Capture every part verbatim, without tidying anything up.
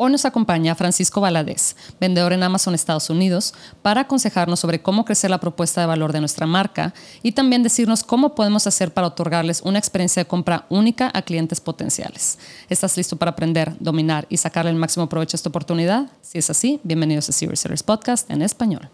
Hoy nos acompaña Francisco Valadez, vendedor en Amazon Estados Unidos, para aconsejarnos sobre cómo crecer la propuesta de valor de nuestra marca y también decirnos cómo podemos hacer para otorgarles una experiencia de compra única a clientes potenciales. ¿Estás listo para aprender, dominar y sacarle el máximo provecho a esta oportunidad? Si es así, bienvenidos a Serious Sellers Podcast en español.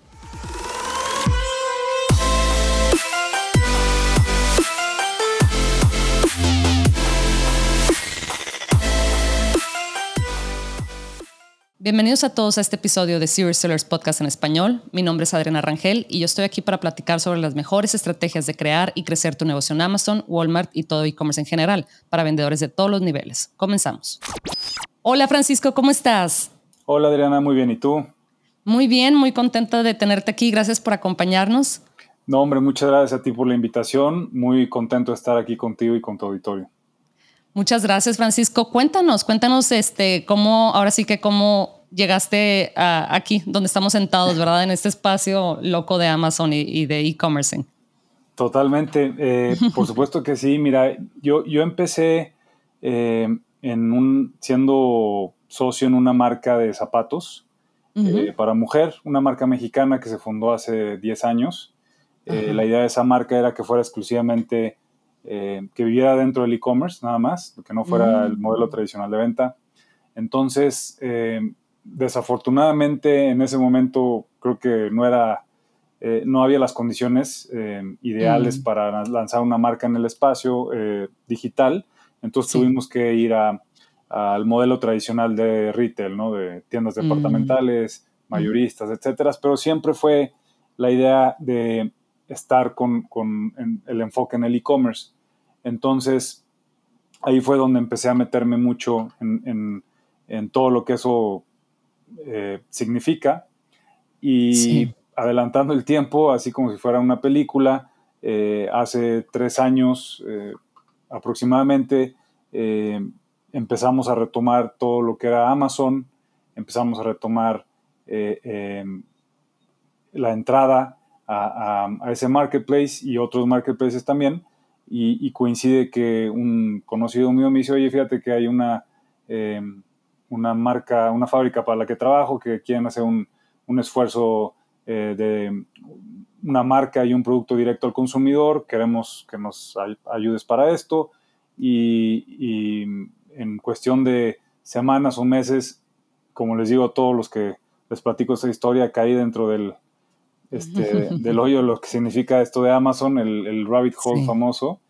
Bienvenidos a todos a este episodio de Serious Sellers Podcast en español. Mi nombre es Adriana Rangel y yo estoy aquí para platicar sobre las mejores estrategias de crear y crecer tu negocio en Amazon, Walmart y todo e-commerce en general para vendedores de todos los niveles. Comenzamos. Hola Francisco, ¿cómo estás? Hola Adriana, muy bien. ¿Y tú? Muy bien, muy contenta de tenerte aquí. Gracias por acompañarnos. No, hombre, muchas gracias a ti por la invitación. Muy contento de estar aquí contigo y con tu auditorio. Muchas gracias, Francisco. Cuéntanos, cuéntanos este, cómo, ahora sí que cómo llegaste uh, aquí, donde estamos sentados, ¿verdad? En este espacio loco de Amazon y, y de e-commerce. Totalmente. Eh, por supuesto que sí. Mira, yo, yo empecé eh, en un, siendo socio en una marca de zapatos uh-huh. eh, para mujer, una marca mexicana que se fundó hace diez años. Eh, uh-huh. La idea de esa marca era que fuera exclusivamente... Eh, que viviera dentro del e-commerce nada más, que no fuera mm. el modelo tradicional de venta. Entonces, eh, desafortunadamente en ese momento creo que no era, eh, no había las condiciones eh, ideales mm. para lanzar una marca en el espacio eh, digital. Entonces sí. tuvimos que ir a, a, al modelo tradicional de retail, ¿no? De tiendas departamentales, mm. mayoristas, etcétera. Pero siempre fue la idea de estar con, con el enfoque en el e-commerce. Entonces, ahí fue donde empecé a meterme mucho en, en, en todo lo que eso eh, significa. Y sí. adelantando el tiempo, así como si fuera una película, eh, hace tres años eh, aproximadamente eh, empezamos a retomar todo lo que era Amazon, empezamos a retomar eh, eh, la entrada A, a, a ese marketplace y otros marketplaces también, y, y coincide que un conocido mío me dice, oye, fíjate que hay una, eh, una marca, una fábrica para la que trabajo, que quieren hacer un, un esfuerzo eh, de una marca y un producto directo al consumidor, queremos que nos ay- ayudes para esto, y, y en cuestión de semanas o meses, como les digo a todos los que les platico esta historia, caí dentro del Este, del hoyo, lo que significa esto de Amazon, el, el rabbit hole sí. famoso,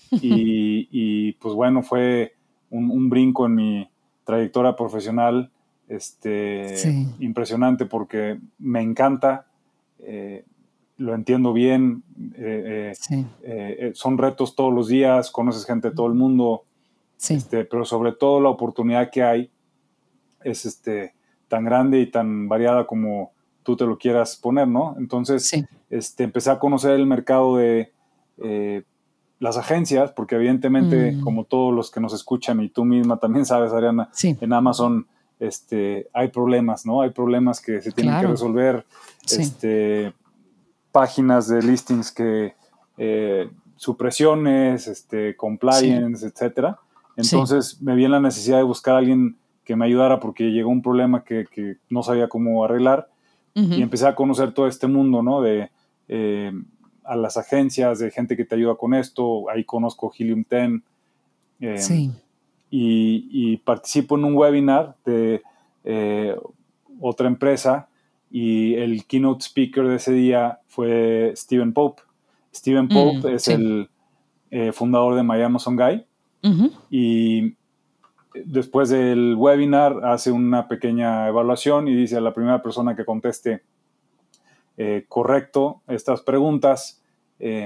y, y pues bueno, fue un, un brinco en mi trayectoria profesional este, sí. impresionante, porque me encanta, eh, lo entiendo bien, eh, sí. eh, son retos todos los días, conoces gente de todo el mundo, sí. este, pero sobre todo la oportunidad que hay es este, tan grande y tan variada como tú te lo quieras poner, ¿no? Entonces, sí. este, empecé a conocer el mercado de eh, las agencias, porque evidentemente, mm. como todos los que nos escuchan, y tú misma también sabes, Ariana, sí. en Amazon este, hay problemas, ¿no? Hay problemas que se tienen claro. que resolver, sí. este, páginas de listings que eh, supresiones, este, compliance, sí. etcétera. Entonces, sí. me vi en la necesidad de buscar a alguien que me ayudara, porque llegó un problema que, que no sabía cómo arreglar. Uh-huh. Y empecé a conocer todo este mundo, ¿no? De eh, a las agencias, de gente que te ayuda con esto. Ahí conozco Helium diez. Eh, sí. Y, y participo en un webinar de eh, otra empresa, y el keynote speaker de ese día fue Stephen Pope. Stephen Pope mm, es sí. el eh, fundador de My Amazon Guy. Uh-huh. Y después del webinar hace una pequeña evaluación y dice: a la primera persona que conteste eh, correcto estas preguntas eh,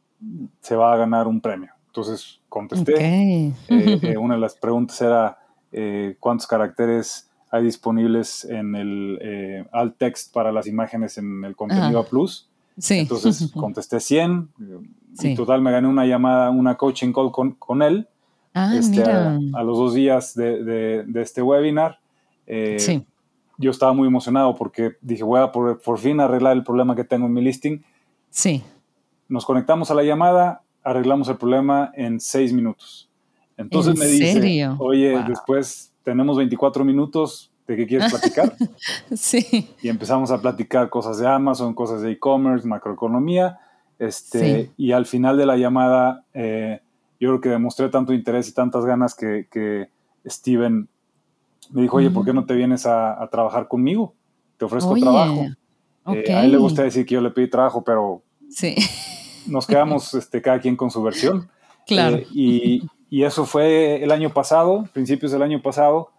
se va a ganar un premio. Entonces contesté. Okay. eh, eh, una de las preguntas era eh, ¿cuántos caracteres hay disponibles en el eh, alt text para las imágenes en el contenido uh-huh. A plus? Sí. Entonces contesté cien. Sí. Y total me gané una llamada, una coaching call con, con él. Ah, este, mira. A, a los dos días de, de, de este webinar, eh, sí. yo estaba muy emocionado porque dije, voy a por, por fin arreglar el problema que tengo en mi listing. Sí. Nos conectamos a la llamada, arreglamos el problema en seis minutos. Entonces ¿En me dice, serio? oye, wow. después tenemos veinticuatro minutos, ¿de qué quieres platicar? Sí. Y empezamos a platicar cosas de Amazon, cosas de e-commerce, macroeconomía. Este, sí. Y al final de la llamada, eh, yo creo que demostré tanto interés y tantas ganas que, que Steven me dijo, oye, ¿por qué no te vienes a, a trabajar conmigo? Te ofrezco oye, trabajo. Okay. Eh, a él le gusta decir que yo le pedí trabajo, pero sí. nos quedamos este, cada quien con su versión. Claro. Eh, y, y eso fue el año pasado, principios del año pasado,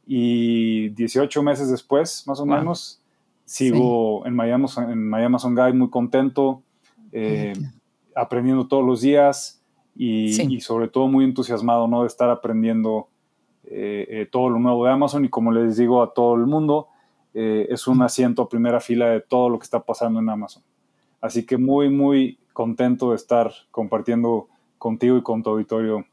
y dieciocho meses después, más o wow. menos, sigo sí. en, My Amazon, en My Amazon Guide muy contento, eh, aprendiendo todos los días y, sí. y sobre todo muy entusiasmado, ¿no? De estar aprendiendo eh, eh, todo lo nuevo de Amazon, y como les digo a todo el mundo, eh, es un asiento a primera fila de todo lo que está pasando en Amazon. Así que muy, muy contento de estar compartiendo contigo y con tu auditorio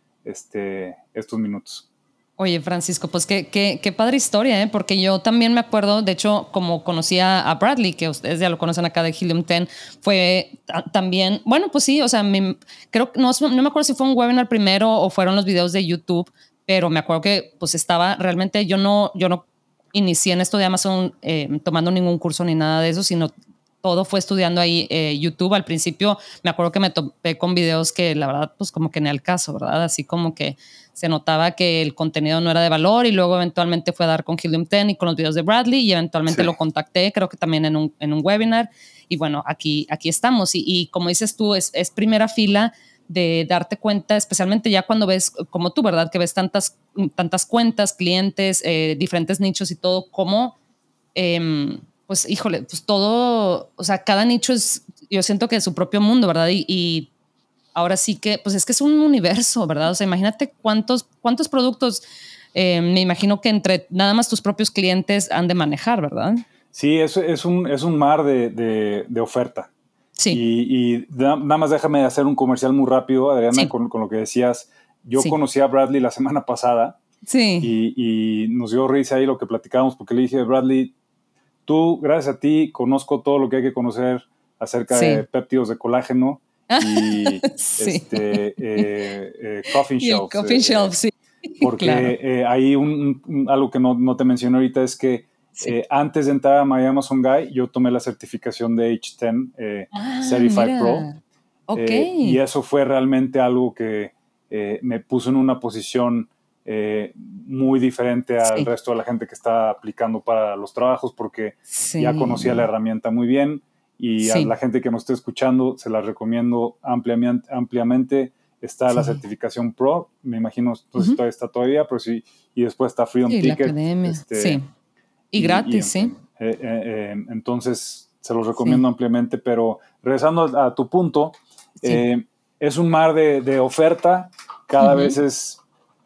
este, estos minutos. Oye, Francisco, pues qué, qué, qué padre historia, ¿eh? Porque yo también me acuerdo, de hecho, como conocía a Bradley, que ustedes ya lo conocen acá de Helium diez, fue también, bueno, pues sí, o sea, me, creo que no, no me acuerdo si fue un webinar primero o fueron los videos de YouTube, pero me acuerdo que pues estaba realmente, yo no, yo no inicié en esto de Amazon eh, tomando ningún curso ni nada de eso, sino todo fue estudiando ahí eh, YouTube. Al principio me acuerdo que me topé con videos que la verdad pues como que ni al caso, ¿verdad? Así como que se notaba que el contenido no era de valor, y luego eventualmente fue a dar con Helium diez y con los videos de Bradley, y eventualmente sí. lo contacté, creo que también en un, en un webinar, y bueno, aquí, aquí estamos. Y, y como dices tú, es, es primera fila de darte cuenta, especialmente ya cuando ves, como tú, ¿verdad? Que ves tantas, tantas cuentas, clientes, eh, diferentes nichos y todo, cómo... Eh, pues híjole, pues todo, o sea, cada nicho es, yo siento que es su propio mundo, ¿verdad? Y, y ahora sí que, pues es que es un universo, ¿verdad? O sea, imagínate cuántos, cuántos productos, eh, me imagino que entre nada más tus propios clientes han de manejar, ¿verdad? Sí, es, es, un, es un mar de, de, de oferta. Sí. Y, y nada más déjame hacer un comercial muy rápido, Adriana, sí. con, con lo que decías. Yo sí. conocí a Bradley la semana pasada. Sí. Y, y nos dio risa ahí lo que platicábamos, porque le dije, Bradley, tú, gracias a ti, conozco todo lo que hay que conocer acerca sí. de péptidos de colágeno y sí. este, eh, eh, coffin y shelves. El coffin eh, shelf, sí. Porque claro. eh, hay un, un, algo que no, no te mencioné ahorita, es que sí. eh, antes de entrar a My Amazon Guide, yo tomé la certificación de H diez eh, ah, Certified mira. Pro. Ok. Eh, y eso fue realmente algo que eh, me puso en una posición Eh, muy diferente al sí. resto de la gente que está aplicando para los trabajos, porque sí. ya conocía la herramienta muy bien, y sí. a la gente que nos esté escuchando se la recomiendo ampliamente. ampliamente. Está sí. la certificación Pro, me imagino, no sé si todavía está todavía, pero sí, y después está Freedom sí, Ticket. La academia. Este, sí. Y, y gratis, y, sí. Eh, eh, eh, entonces, se los recomiendo sí. ampliamente, pero regresando a, a tu punto, sí. eh, es un mar de, de oferta, cada uh-huh. vez es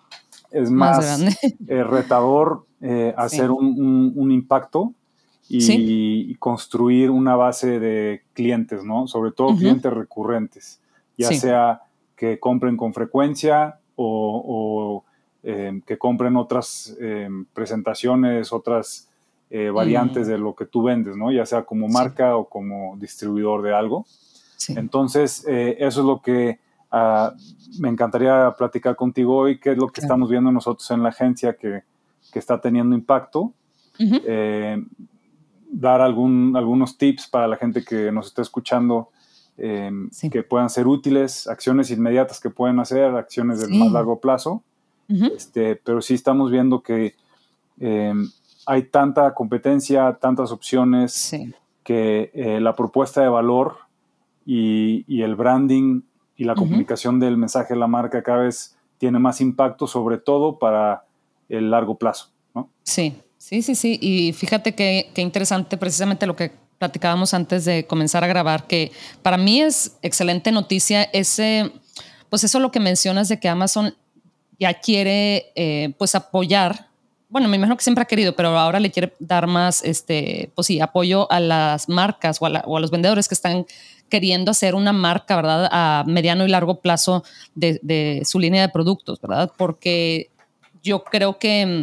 es más, más eh, retador eh, hacer sí. un, un, un impacto y, sí. y construir una base de clientes, ¿no? Sobre todo uh-huh. clientes recurrentes, ya sí. sea que compren con frecuencia o, o eh, que compren otras eh, presentaciones, otras eh, variantes mm. de lo que tú vendes, ¿no? Ya sea como marca sí. o como distribuidor de algo. Sí. Entonces, eh, eso es lo que Uh, me encantaría platicar contigo hoy, qué es lo que claro. estamos viendo nosotros en la agencia que, que está teniendo impacto, uh-huh. eh, dar algún, algunos tips para la gente que nos está escuchando, eh, sí. que puedan ser útiles, acciones inmediatas que pueden hacer, acciones sí. del más largo plazo, uh-huh. este, pero sí estamos viendo que eh, hay tanta competencia, tantas opciones, sí. que eh, la propuesta de valor y, y el branding y la uh-huh. comunicación del mensaje de la marca cada vez tiene más impacto, sobre todo para el largo plazo, ¿no? Sí, sí, sí, sí. Y fíjate qué qué interesante precisamente lo que platicábamos antes de comenzar a grabar, que para mí es excelente noticia ese, pues eso lo que mencionas de que Amazon ya quiere eh, pues apoyar, bueno, me imagino que siempre ha querido, pero ahora le quiere dar más, este, pues sí, apoyo a las marcas o a, la, o a los vendedores que están queriendo hacer una marca, ¿verdad?, a mediano y largo plazo de, de su línea de productos, ¿verdad? Porque yo creo que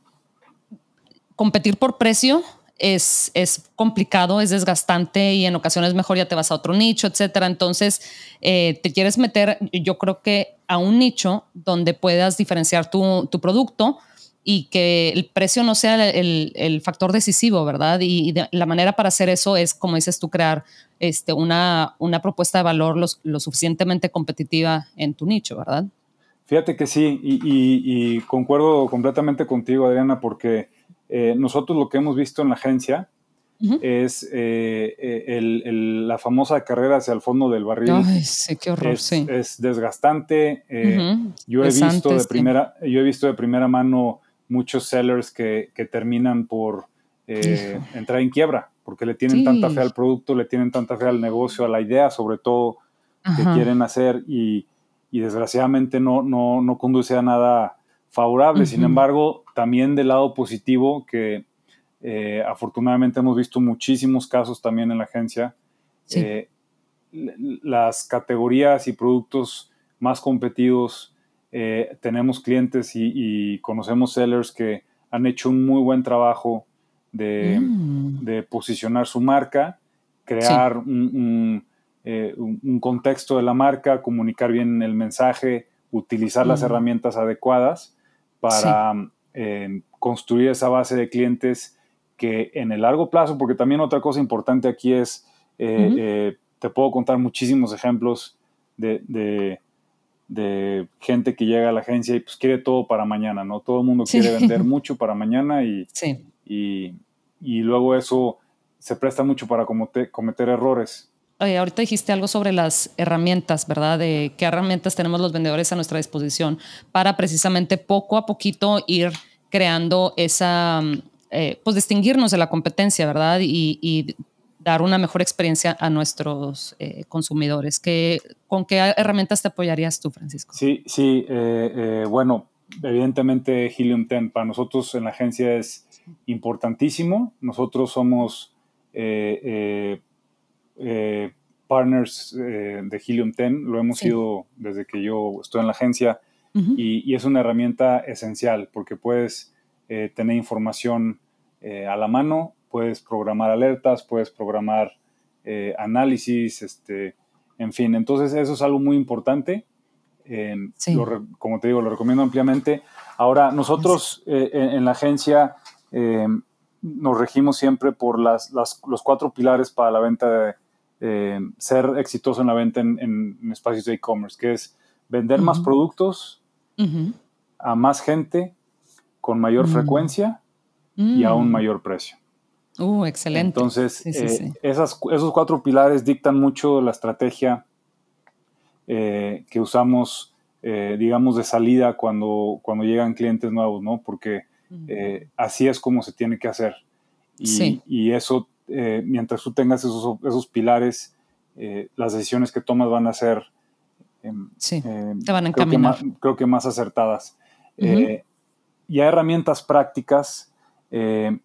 competir por precio es, es complicado, es desgastante, y en ocasiones mejor ya te vas a otro nicho, etcétera. Entonces, eh, te quieres meter, yo creo que a un nicho donde puedas diferenciar tu, tu producto y que el precio no sea el, el factor decisivo, ¿verdad? Y, y de, la manera para hacer eso es, como dices tú, crear este, una, una propuesta de valor lo, lo suficientemente competitiva en tu nicho, ¿verdad? Fíjate que sí, y, y, y concuerdo completamente contigo, Adriana, porque eh, nosotros lo que hemos visto en la agencia Uh-huh. es eh, el, el, la famosa carrera hacia el fondo del barril. Ay, sí, qué horror, es, sí. es desgastante. Eh, Uh-huh. yo, he visto Pesante, de sí. primera, yo he visto de primera mano muchos sellers que, que terminan por eh, Hijo. entrar en quiebra, porque le tienen tanta fe Sí. al producto, le tienen tanta fe al negocio, a la idea sobre todo que Ajá. quieren hacer y, y desgraciadamente no, no, no conduce a nada favorable. Sin Uh-huh. embargo, también del lado positivo, que eh, afortunadamente hemos visto muchísimos casos también en la agencia, Sí. eh, las categorías y productos más competidos, eh, tenemos clientes y, y, conocemos sellers que han hecho un muy buen trabajo de, Mm. de posicionar su marca, Sí. crear un, un, eh, un, un contexto de la marca, comunicar bien el mensaje, utilizar las Mm. herramientas adecuadas Sí. para eh, construir esa base de clientes que en el largo plazo, porque también otra cosa importante aquí es, eh, Uh-huh. eh, te puedo contar muchísimos ejemplos de, de, de, gente que llega a la agencia y pues quiere todo para mañana, ¿no? Todo el mundo Sí. quiere vender mucho para mañana y, Sí. y, y luego eso se presta mucho para cometer, cometer errores. Oye, ahorita dijiste algo sobre las herramientas, ¿verdad? De qué herramientas tenemos los vendedores a nuestra disposición para precisamente poco a poquito ir creando esa, eh, pues distinguirnos de la competencia, ¿verdad? Y, y dar una mejor experiencia a nuestros eh, consumidores. ¿Qué, ¿Con qué herramientas te apoyarías tú, Francisco? Sí, sí, eh, eh, bueno, evidentemente Helium diez para nosotros en la agencia es importantísimo. Nosotros somos eh, eh, eh, partners eh, de Helium diez, lo hemos Sí. sido desde que yo estoy en la agencia Uh-huh. y, y es una herramienta esencial porque puedes eh, tener información eh, a la mano, puedes programar alertas, puedes programar eh, análisis, este, en fin, entonces eso es algo muy importante. Eh, Sí. lo, como te digo, lo recomiendo ampliamente. Ahora, Yes. nosotros eh, en, en la agencia eh, nos regimos siempre por las, las, los cuatro pilares para la venta de eh, ser exitoso en la venta en, en, en espacios de e-commerce, que es vender más Uh-huh. productos Uh-huh. a más gente con mayor Mm. frecuencia y a un Mm. mayor precio. Uh, excelente. Entonces, Sí, sí, eh, sí. esas, esos cuatro pilares dictan mucho la estrategia eh, que usamos, eh, digamos, de salida cuando, cuando llegan clientes nuevos, ¿no? Porque eh, así es como se tiene que hacer. Y, Sí, y eso, eh, mientras tú tengas esos, esos pilares, eh, las decisiones que tomas van a ser, eh, sí. eh, Te van a creo, que encaminar. más, creo que más acertadas. Ujú. Eh, y hay herramientas prácticas eh,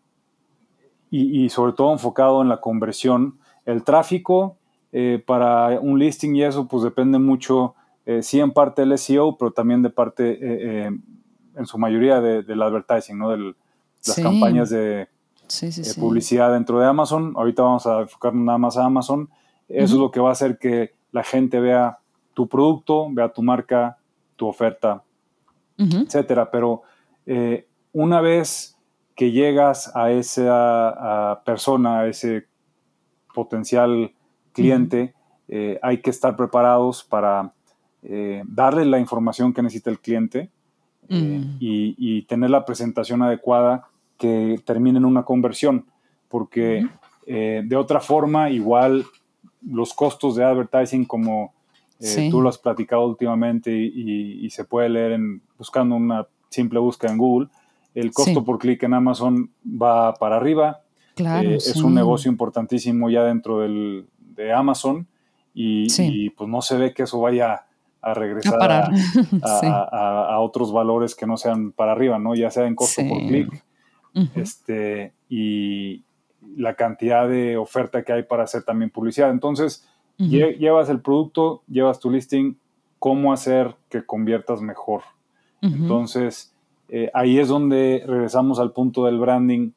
y, y sobre todo enfocado en la conversión. El tráfico eh, para un listing y eso pues depende mucho, eh, sí en parte del S E O, pero también de parte, eh, eh, en su mayoría, de, del advertising, ¿no? De las Sí, campañas de sí, sí, eh, sí. publicidad dentro de Amazon. Ahorita vamos a enfocarnos nada más a Amazon. Eso es Ujú, lo que va a hacer que la gente vea tu producto, vea tu marca, tu oferta, ujú, etcétera. Pero eh, una vez que llegas a esa a persona, a ese potencial ujú, cliente, eh, hay que estar preparados para eh, darle la información que necesita el cliente eh, mm, y, y, tener la presentación adecuada que termine en una conversión, porque ujú. eh, de otra forma, igual los costos de advertising, como eh, tú lo Sí, has platicado últimamente y, y, y se puede leer en, buscando una simple búsqueda en Google, el costo sí, por clic en Amazon va para arriba. claro, Eh, es sí, un negocio importantísimo ya dentro del, de Amazon sí. y, y, pues no se ve que eso vaya a A regresar parar. a, Sí, a, a, a otros valores que no sean para arriba, ¿no? Ya sea en costo por sí. clic Ujú, este, y la cantidad de oferta que hay para hacer también publicidad. Entonces, ujú, lle llevas el producto, llevas tu listing, cómo hacer que conviertas mejor. ujú, Entonces, eh, ahí es donde regresamos al punto del branding,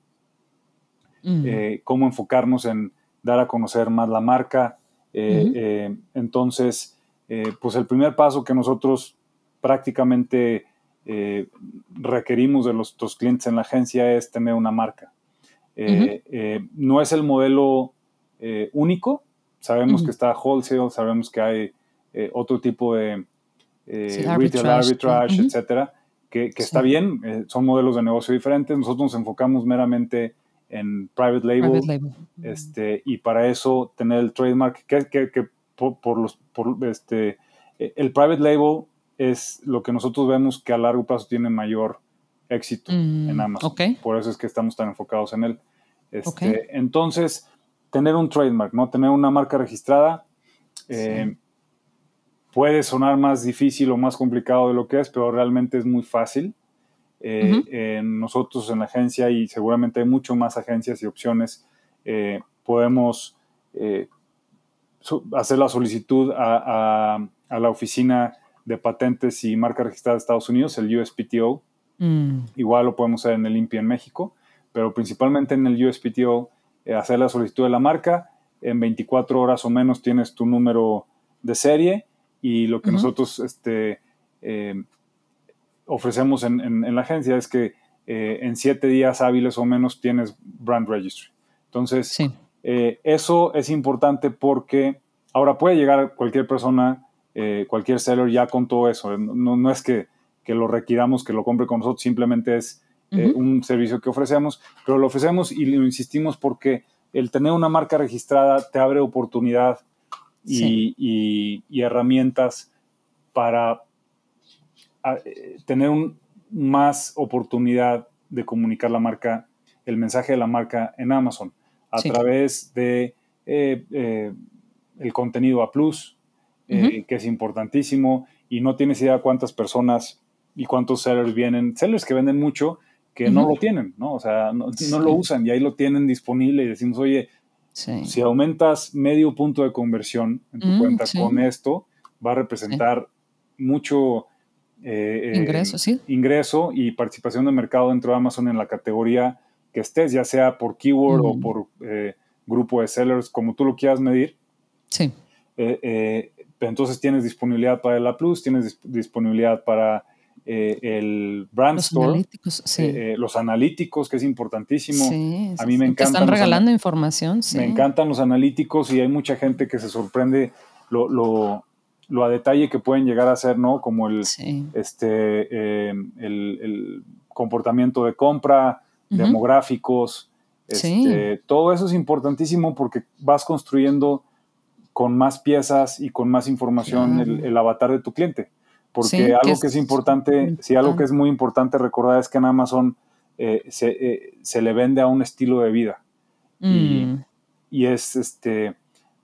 mm, eh, cómo enfocarnos en dar a conocer más la marca. Eh, ujú, eh, entonces, eh, pues el primer paso que nosotros prácticamente eh, requerimos de los, los clientes en la agencia es tener una marca. Eh, uh-huh. eh, no es el modelo eh, único. Sabemos uh-huh. que está wholesale, sabemos que hay eh, otro tipo de eh, sí, retail arbitrage, uh-huh. etcétera, que, que sí. está bien, eh, son modelos de negocio diferentes. Nosotros nos enfocamos meramente en private label, private label. Este, y para eso tener el trademark, que, que, que por, por los, por este, el private label es lo que nosotros vemos que a largo plazo tiene mayor éxito mm, en Amazon. Okay. Por eso es que estamos tan enfocados en él. Este, okay. Entonces, tener un trademark, ¿no? Tener una marca registrada eh, sí. puede sonar más difícil o más complicado de lo que es, pero realmente es muy fácil. Eh, uh-huh. eh, nosotros en la agencia, y seguramente hay mucho más agencias y opciones, eh, podemos eh, su- hacer la solicitud a, a, a la oficina de patentes y marca registrada de Estados Unidos, el U S P T O. Mm. Igual lo podemos hacer en el I N P I en México, pero principalmente en el U S P T O, eh, hacer la solicitud de la marca. En veinticuatro horas o menos tienes tu número de serie, y lo que uh-huh. nosotros este, eh, ofrecemos en, en, en la agencia es que eh, en siete días hábiles o menos tienes brand registry. Entonces, sí. eh, eso es importante porque ahora puede llegar cualquier persona, eh, cualquier seller ya con todo eso. No, no es que, que lo requiramos, que lo compre con nosotros, simplemente es eh, uh-huh. un servicio que ofrecemos, pero lo ofrecemos y lo insistimos porque el tener una marca registrada te abre oportunidad y, sí. y, y herramientas para a, eh, tener un, más oportunidad de comunicar la marca, el mensaje de la marca en Amazon a sí. través de eh, eh, el contenido A plus, eh, uh-huh. que es importantísimo, y no tienes idea cuántas personas y cuántos sellers vienen, sellers que venden mucho, que uh-huh. no lo tienen, ¿no? O sea, no, sí. no lo usan, y ahí lo tienen disponible, y decimos, oye, sí. si aumentas medio punto de conversión en tu uh-huh. cuenta sí. con esto, va a representar sí. mucho Eh, ingreso, eh, sí. ingreso y participación de mercado dentro de Amazon en la categoría que estés, ya sea por keyword mm. o por eh, grupo de sellers, como tú lo quieras medir. Sí. Eh, eh, entonces tienes disponibilidad para el A plus, tienes disp- disponibilidad para eh, el Brand los Store, analíticos, sí. eh, eh, los analíticos, que es importantísimo. Sí, a mí me sí. encantan. Te están los regalando ana- información, sí. Me encantan los analíticos, y hay mucha gente que se sorprende lo, lo lo a detalle que pueden llegar a ser, ¿no? Como el, sí. este, eh, el, el comportamiento de compra, uh-huh. demográficos, este, sí. todo eso es importantísimo porque vas construyendo con más piezas y con más información claro. el, el avatar de tu cliente. Porque sí, algo que es, que es importante, importante, sí, algo que es muy importante recordar es que en Amazon eh, se, eh, se le vende a un estilo de vida. Mm. Y, y es este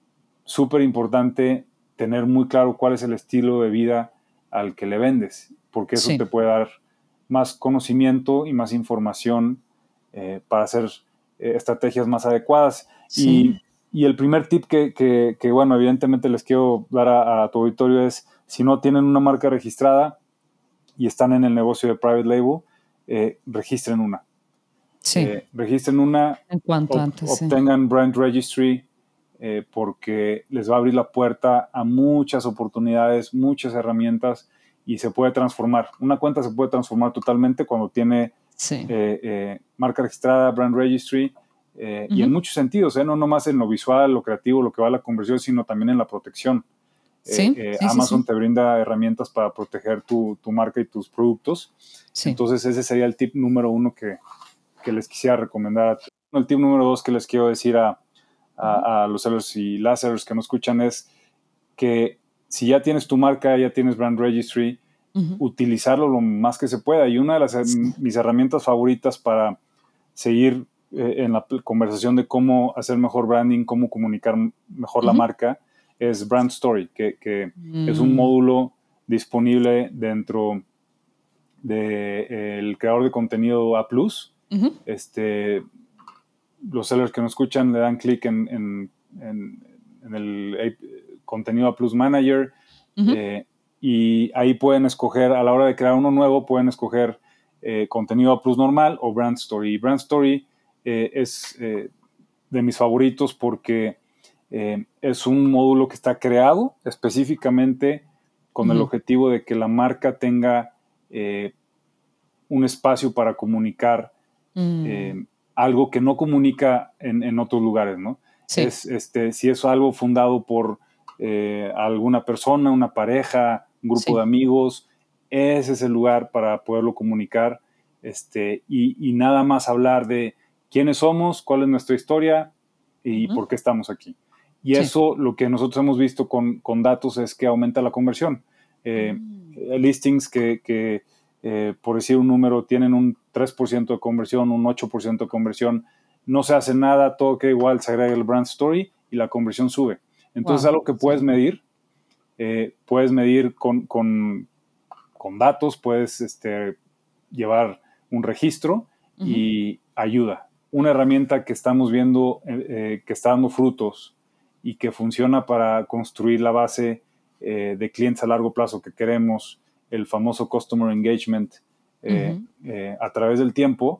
súper importante tener muy claro cuál es el estilo de vida al que le vendes, porque eso sí. te puede dar más conocimiento y más información eh, para hacer eh, estrategias más adecuadas. Sí. Y, y el primer tip que, que, que, bueno, evidentemente les quiero dar a, a tu auditorio es, si no tienen una marca registrada y están en el negocio de private label, eh, registren una. Sí. Eh, registren una, en cuanto ob- antes, obtengan sí. brand registry, Eh, porque les va a abrir la puerta a muchas oportunidades, muchas herramientas, y se puede transformar. Una cuenta se puede transformar totalmente cuando tiene sí. eh, eh, marca registrada, brand registry, eh, uh-huh. y en muchos sentidos, ¿eh? No nomás en lo visual, lo creativo, lo que va a la conversión, sino también en la protección. Sí, eh, eh, sí, Amazon sí, sí. te brinda herramientas para proteger tu, tu marca y tus productos. Sí. Entonces ese sería el tip número uno que, que les quisiera recomendar. El tip número dos que les quiero decir a A, a los sellers y las sellers que nos escuchan es que si ya tienes tu marca, ya tienes brand registry, uh-huh. utilizarlo lo más que se pueda. Y una de las, sí. mis herramientas favoritas para seguir eh, en la conversación de cómo hacer mejor branding, cómo comunicar mejor uh-huh. la marca, es Brand Story, que, que mm. es un módulo disponible dentro del de, eh, creador de contenido A plus. Uh-huh. Este... Los sellers que nos escuchan le dan clic en, en, en, en el eh, contenido A plus Manager, uh-huh. eh, y ahí pueden escoger, a la hora de crear uno nuevo, pueden escoger eh, contenido A plus normal o Brand Story. Y Brand Story eh, es eh, de mis favoritos porque eh, es un módulo que está creado específicamente con uh-huh. el objetivo de que la marca tenga eh, un espacio para comunicar mm. eh, algo que no comunica en, en otros lugares, ¿no? Sí. Es, este, si es algo fundado por eh, alguna persona, una pareja, un grupo sí. de amigos, ese es el lugar para poderlo comunicar este, y, y nada más hablar de quiénes somos, cuál es nuestra historia y uh-huh. por qué estamos aquí. Y sí. eso, lo que nosotros hemos visto con, con datos es que aumenta la conversión. Eh, mm. Listings que, que eh, por decir un número, tienen un tres por ciento de conversión, un ocho por ciento de conversión, no se hace nada, todo queda igual, se agrega el brand story y la conversión sube. Entonces, wow. algo que puedes sí. medir, eh, puedes medir con, con, con datos, puedes este, llevar un registro uh-huh. y ayuda. Una herramienta que estamos viendo eh, que está dando frutos y que funciona para construir la base eh, de clientes a largo plazo que queremos, el famoso Customer Engagement eh, uh-huh. eh, a través del tiempo,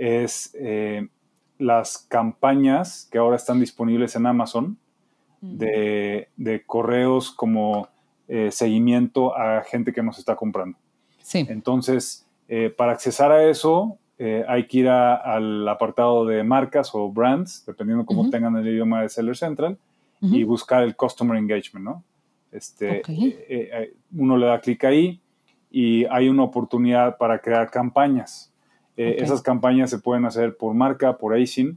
es eh, las campañas que ahora están disponibles en Amazon uh-huh. de, de correos como eh, seguimiento a gente que nos está comprando. Sí. Entonces, eh, para accesar a eso, eh, hay que ir a, al apartado de marcas o brands, dependiendo cómo uh-huh. tengan el idioma de Seller Central, uh-huh. y buscar el Customer Engagement, ¿no? Este, okay. eh, eh, uno le da clic ahí y hay una oportunidad para crear campañas. Eh, okay. Esas campañas se pueden hacer por marca, por A S I N.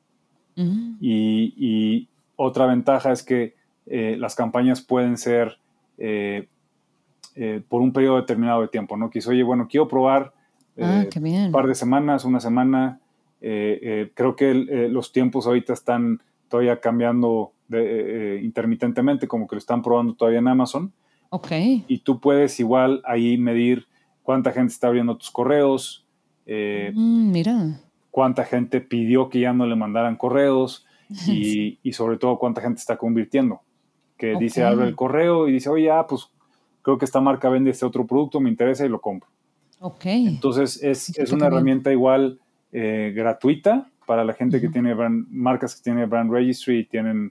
Uh-huh. Y, y otra ventaja es que eh, las campañas pueden ser eh, eh, por un periodo determinado de tiempo, ¿no? Que dice, oye, bueno, quiero probar eh, ah, qué bien. un par de semanas, una semana. Eh, eh, creo que el, eh, los tiempos ahorita están todavía cambiando de, eh, intermitentemente, como que lo están probando todavía en Amazon. Ok. Y tú puedes igual ahí medir cuánta gente está abriendo tus correos, eh, mm, mira. cuánta gente pidió que ya no le mandaran correos y, y sobre todo cuánta gente está convirtiendo. Que okay. dice, abre el correo y dice, oye, ah, pues creo que esta marca vende este otro producto, me interesa y lo compro. Ok. Entonces es, es una herramienta igual eh, gratuita para la gente uh-huh. que tiene brand, marcas que tienen brand registry y tienen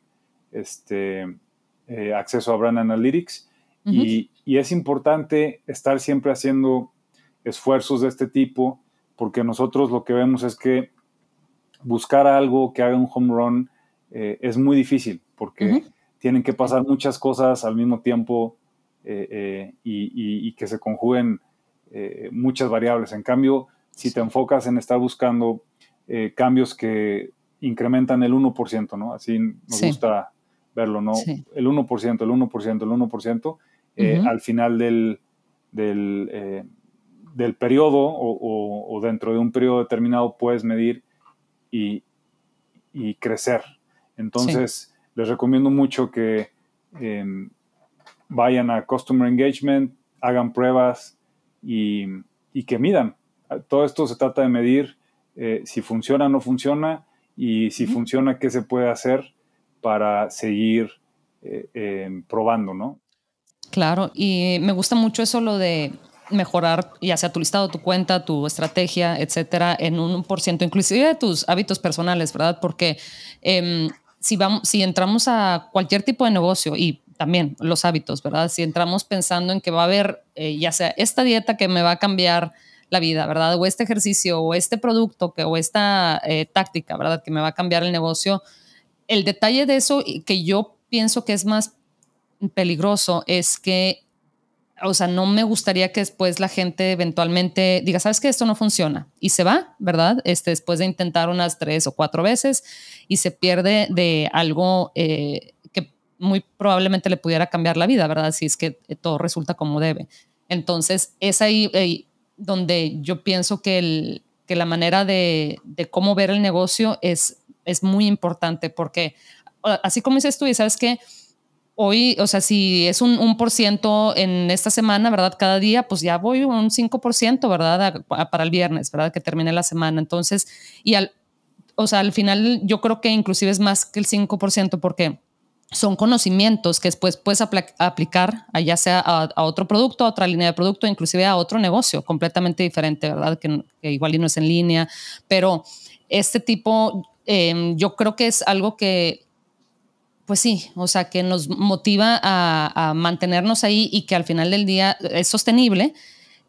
este, eh, acceso a brand analytics. Uh-huh. Y, y es importante estar siempre haciendo esfuerzos de este tipo porque nosotros lo que vemos es que buscar algo que haga un home run eh, es muy difícil porque uh-huh. tienen que pasar muchas cosas al mismo tiempo eh, eh, y, y, y que se conjuguen eh, muchas variables. En cambio, si te enfocas en estar buscando eh, cambios que incrementan el uno por ciento, ¿no? Así nos sí. gusta verlo, ¿no? Sí. El uno por ciento, el uno por ciento, el uno por ciento, eh, uh-huh. al final del, del, eh, del periodo o, o, o dentro de un periodo determinado puedes medir y, y crecer. Entonces, sí. les recomiendo mucho que eh, vayan a Customer Engagement, hagan pruebas y, y que midan. Todo esto se trata de medir eh, si funciona o no funciona y si uh-huh. funciona, qué se puede hacer para seguir eh, eh, probando, ¿no? Claro, y me gusta mucho eso lo de mejorar ya sea tu listado, tu cuenta, tu estrategia, etcétera, en un por ciento, inclusive de tus hábitos personales, ¿verdad? Porque eh, si, vamos, si entramos a cualquier tipo de negocio y también los hábitos, ¿verdad? Si entramos pensando en que va a haber eh, ya sea esta dieta que me va a cambiar la vida, ¿verdad? O este ejercicio, o este producto, que, o esta eh, táctica, ¿verdad? Que me va a cambiar el negocio. El detalle de eso que yo pienso que es más peligroso es que, o sea, no me gustaría que después la gente eventualmente diga, ¿sabes qué? Esto no funciona. Y se va, ¿verdad? Este, después de intentar unas tres o cuatro veces y se pierde de algo eh, que muy probablemente le pudiera cambiar la vida, ¿verdad? Si es que todo resulta como debe. Entonces, es ahí eh, donde yo pienso que, el, que la manera de, de cómo ver el negocio es, es muy importante porque, así como dices tú, y sabes que hoy, o sea, si es un, un por ciento en esta semana, ¿verdad? Cada día, pues ya voy un cinco por ciento, ¿verdad? A, a, para el viernes, ¿verdad? Que termine la semana. Entonces, y al, o sea, al final yo creo que inclusive es más que el cinco por ciento porque son conocimientos que después puedes apl- aplicar a ya sea a, a otro producto, a otra línea de producto, inclusive a otro negocio completamente diferente, ¿verdad? Que, que igual y no es en línea, pero este tipo, eh, yo creo que es algo que pues sí, o sea, que nos motiva a, a mantenernos ahí y que al final del día es sostenible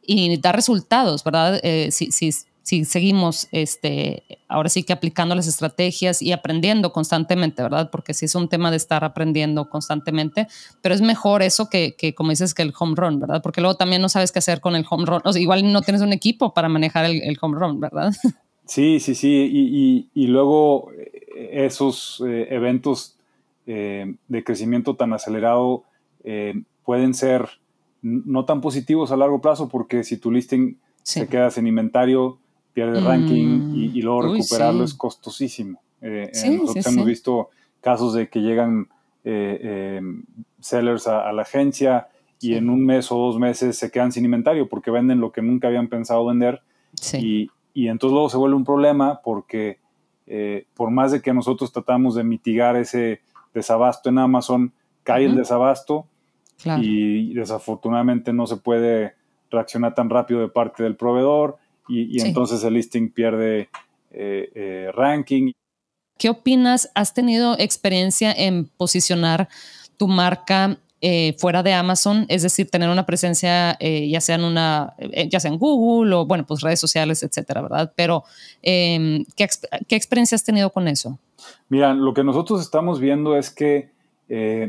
y da resultados, ¿verdad? Eh, si, si, si seguimos este, ahora sí que aplicando las estrategias y aprendiendo constantemente, ¿verdad? Porque sí es un tema de estar aprendiendo constantemente, pero es mejor eso que, que como dices, que el home run, ¿verdad? Porque luego también no sabes qué hacer con el home run. O sea, igual no tienes un equipo para manejar el, el home run, ¿verdad? Sí, sí, sí. Y, y, y luego eh, esos eh, eventos eh, de crecimiento tan acelerado eh, pueden ser no tan positivos a largo plazo, porque si tu listing Sí. se queda sin inventario, pierde ranking Mm, y, y luego uy, recuperarlo es sí. costosísimo. Eh, eh, Sí, sí, nosotros hemos sí. visto casos de que llegan eh, eh, sellers a, a la agencia y Sí. en un mes o dos meses se quedan sin inventario porque venden lo que nunca habían pensado vender. Sí. Y, y entonces luego se vuelve un problema porque eh, por más de que nosotros tratamos de mitigar ese desabasto en Amazon, cae el Ujú. desabasto Claro. y desafortunadamente no se puede reaccionar tan rápido de parte del proveedor y, y Sí. entonces el listing pierde eh, eh, ranking. ¿Qué opinas? ¿Has tenido experiencia en posicionar tu marca eh, fuera de Amazon? Es decir, tener una presencia eh, ya sea en una, eh, ya sea en Google o bueno, pues redes sociales, etcétera, ¿verdad? Pero eh, ¿qué, exp ¿qué experiencia has tenido con eso? Mira, lo que nosotros estamos viendo es que eh,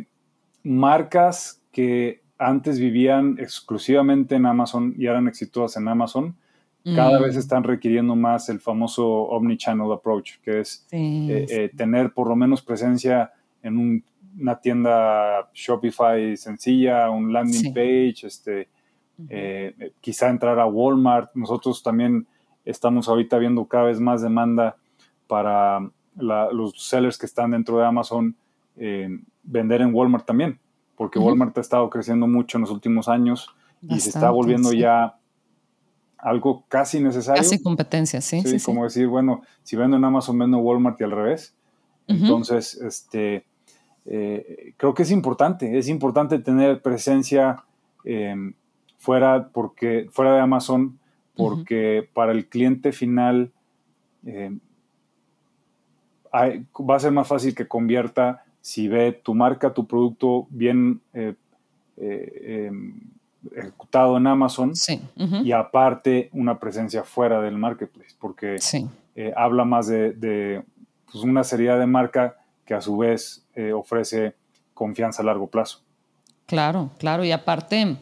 marcas que antes vivían exclusivamente en Amazon y eran exitosas en Amazon, cada vez Mm, están requiriendo más el famoso omnichannel approach, que es eh, sí, eh, tener por lo menos presencia en un- una tienda Shopify sencilla, un landing sí. page, este, Ujú. eh, eh, quizá entrar a Walmart. Nosotros también estamos ahorita viendo cada vez más demanda para la- los sellers que están dentro de Amazon eh, vender en Walmart también, porque Ujú. Walmart ha estado creciendo mucho en los últimos años y se está Bastante, volviendo sí. ya algo casi necesario. Casi competencia, sí, sí, Sí, sí. como decir, bueno, si vendo en Amazon, vendo en Walmart y al revés. Ujú. Entonces, este, eh, creo que es importante, es importante tener presencia eh, fuera, porque, fuera de Amazon, Ujú. porque para el cliente final eh, hay, va a ser más fácil que convierta si ve tu marca, tu producto bien eh, eh, eh, ejecutado en Amazon Sí. Ujú. y aparte una presencia fuera del marketplace, porque Sí. eh, habla más de, de pues, una seriedad de marca que a su vez eh, ofrece confianza a largo plazo. Claro, claro. Y aparte,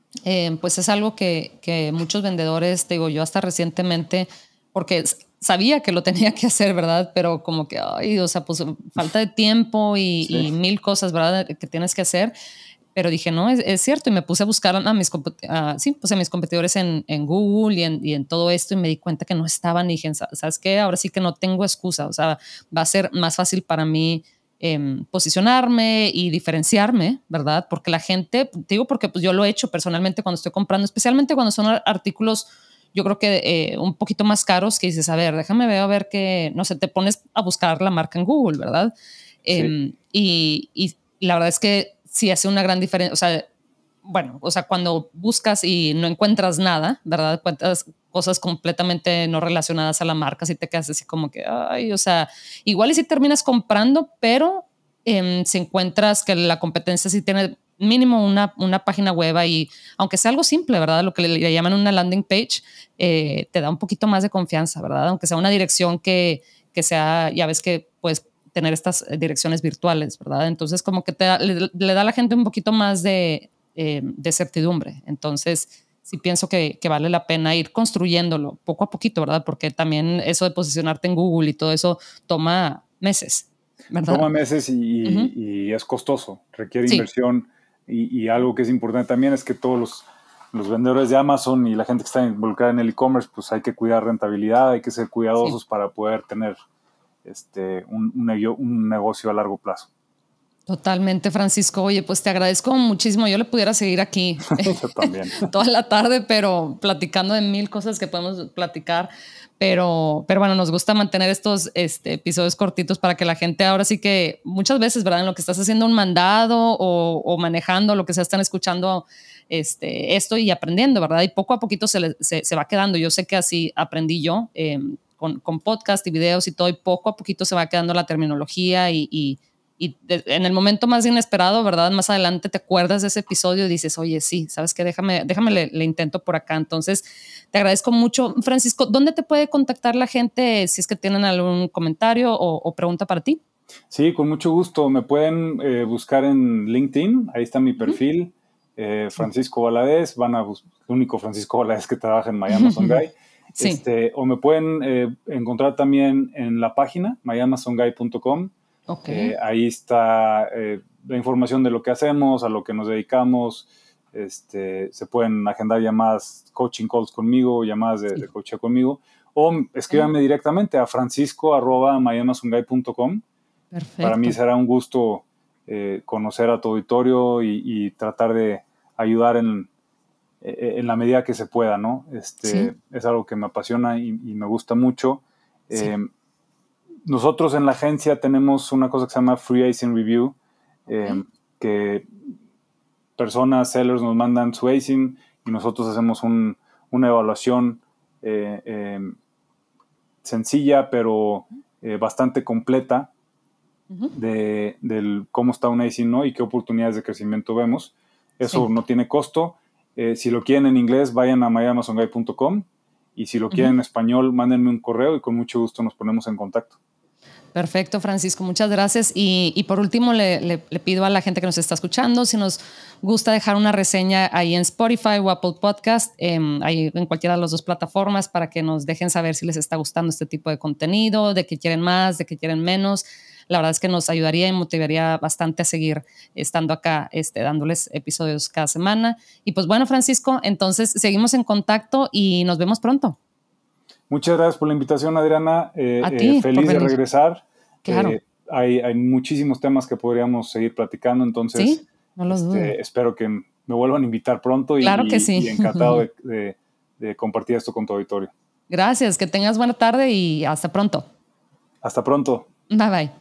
eh, pues es algo que, que muchos vendedores, te digo, yo hasta recientemente, porque s- sabía que lo tenía que hacer, ¿verdad? Pero como que, ay, o sea, pues falta de tiempo y, Sí, y mil cosas, ¿verdad? Que tienes que hacer. Pero dije, no, es, es cierto. Y me puse a buscar a mis, compet- a- sí, pues a mis competidores en, en Google y en, y en todo esto y me di cuenta que no estaban. Y dije, "Sa- ¿sabes qué? Ahora sí que no tengo excusa. O sea, va a ser más fácil para mí em, posicionarme y diferenciarme, ¿verdad? Porque la gente, te digo porque pues yo lo he hecho personalmente cuando estoy comprando, especialmente cuando son ar- artículos, yo creo que eh, un poquito más caros, que dices, a ver, déjame ver, a ver que, no sé, te pones a buscar la marca en Google, ¿verdad? sí. Em, y, y la verdad es que sí hace una gran diferencia, o sea, bueno, o sea, cuando buscas y no encuentras nada, ¿verdad? Encuentras cosas completamente no relacionadas a la marca, si te quedas así como que, ay, o sea, igual y si terminas comprando, pero eh, si encuentras que la competencia sí tiene mínimo una, una página web y aunque sea algo simple, ¿verdad? Lo que le, le llaman una landing page, eh, te da un poquito más de confianza, ¿verdad? Aunque sea una dirección que, que sea, ya ves que puedes tener estas direcciones virtuales, ¿verdad? Entonces como que te da, le, le da a la gente un poquito más de, eh, de certidumbre. Entonces, sí pienso que, que, vale la pena ir construyéndolo poco a poquito, ¿verdad? Porque también eso de posicionarte en Google y todo eso toma meses, Toma ¿verdad? meses Uh -huh. y, y es costoso, requiere Sí, inversión y, y, algo que es importante también es que todos los, los vendedores de Amazon y la gente que está involucrada en el e-commerce, pues hay que cuidar rentabilidad, hay que ser sí. cuidadosos para poder tener este, un, un, un negocio a largo plazo. Totalmente, Francisco. Oye, pues te agradezco muchísimo. Yo le pudiera seguir aquí Yo también. toda la tarde, pero platicando de mil cosas que podemos platicar. Pero, pero bueno, nos gusta mantener estos este, episodios cortitos para que la gente ahora sí que muchas veces, ¿verdad? En lo que estás haciendo un mandado o, o manejando, lo que sea, están escuchando este, esto y aprendiendo, ¿verdad? Y poco a poquito se, le, se, se va quedando. Yo sé que así aprendí yo eh, con, con podcast y videos y todo, y poco a poquito se va quedando la terminología y, y y de, en el momento más inesperado, ¿verdad? Más adelante te acuerdas de ese episodio y dices, oye, sí, ¿sabes qué? Déjame, déjame le, le intento por acá. Entonces, te agradezco mucho. Francisco, ¿dónde te puede contactar la gente si es que tienen algún comentario o, o pregunta para ti? Sí, con mucho gusto. Me pueden eh, buscar en LinkedIn, ahí está mi perfil, eh, Francisco Valadez, van a buscar el único Francisco Valadez que trabaja en My Amazon Guy. Sí. Este, o me pueden eh, encontrar también en la página my amazon guy punto com. Okay. Eh, ahí está eh, la información de lo que hacemos, a lo que nos dedicamos. Este, se pueden agendar llamadas, coaching calls conmigo, llamadas de, sí. de coaching conmigo, o escríbanme okay. directamente a francisco arroba my amazon guy punto com. Perfecto. Para mí será un gusto eh, conocer a tu auditorio y, y tratar de ayudar en, en la medida que se pueda, ¿no? Este, sí. Es algo que me apasiona y, y me gusta mucho. Sí. Eh, nosotros en la agencia tenemos una cosa que se llama Free Acing Review, eh, okay. que personas, sellers nos mandan su acing y nosotros hacemos un, una evaluación eh, eh, sencilla, pero eh, bastante completa de, de cómo está un acing, ¿no? Y qué oportunidades de crecimiento vemos. Eso sí. no tiene costo. Eh, si lo quieren en inglés, vayan a my amazon guy punto com y si lo quieren uh-huh. en español, mándenme un correo y con mucho gusto nos ponemos en contacto. Perfecto, Francisco, muchas gracias. Y, y por último, le, le, le pido a la gente que nos está escuchando, si nos gusta dejar una reseña ahí en Spotify o Apple Podcast, eh, ahí en cualquiera de las dos plataformas, para que nos dejen saber si les está gustando este tipo de contenido, de qué quieren más, de qué quieren menos. La verdad es que nos ayudaría y motivaría bastante a seguir estando acá, este, dándoles episodios cada semana. Y pues bueno, Francisco, entonces seguimos en contacto y nos vemos pronto. Muchas gracias por la invitación, Adriana. Eh, a ti, eh, feliz de regresar. Claro. Eh, hay, hay muchísimos temas que podríamos seguir platicando, entonces sí, no lo dudo. Este, espero que me vuelvan a invitar pronto y, claro que sí. y encantado de, de, de compartir esto con tu auditorio. Gracias, que tengas buena tarde y hasta pronto. Hasta pronto. Bye bye.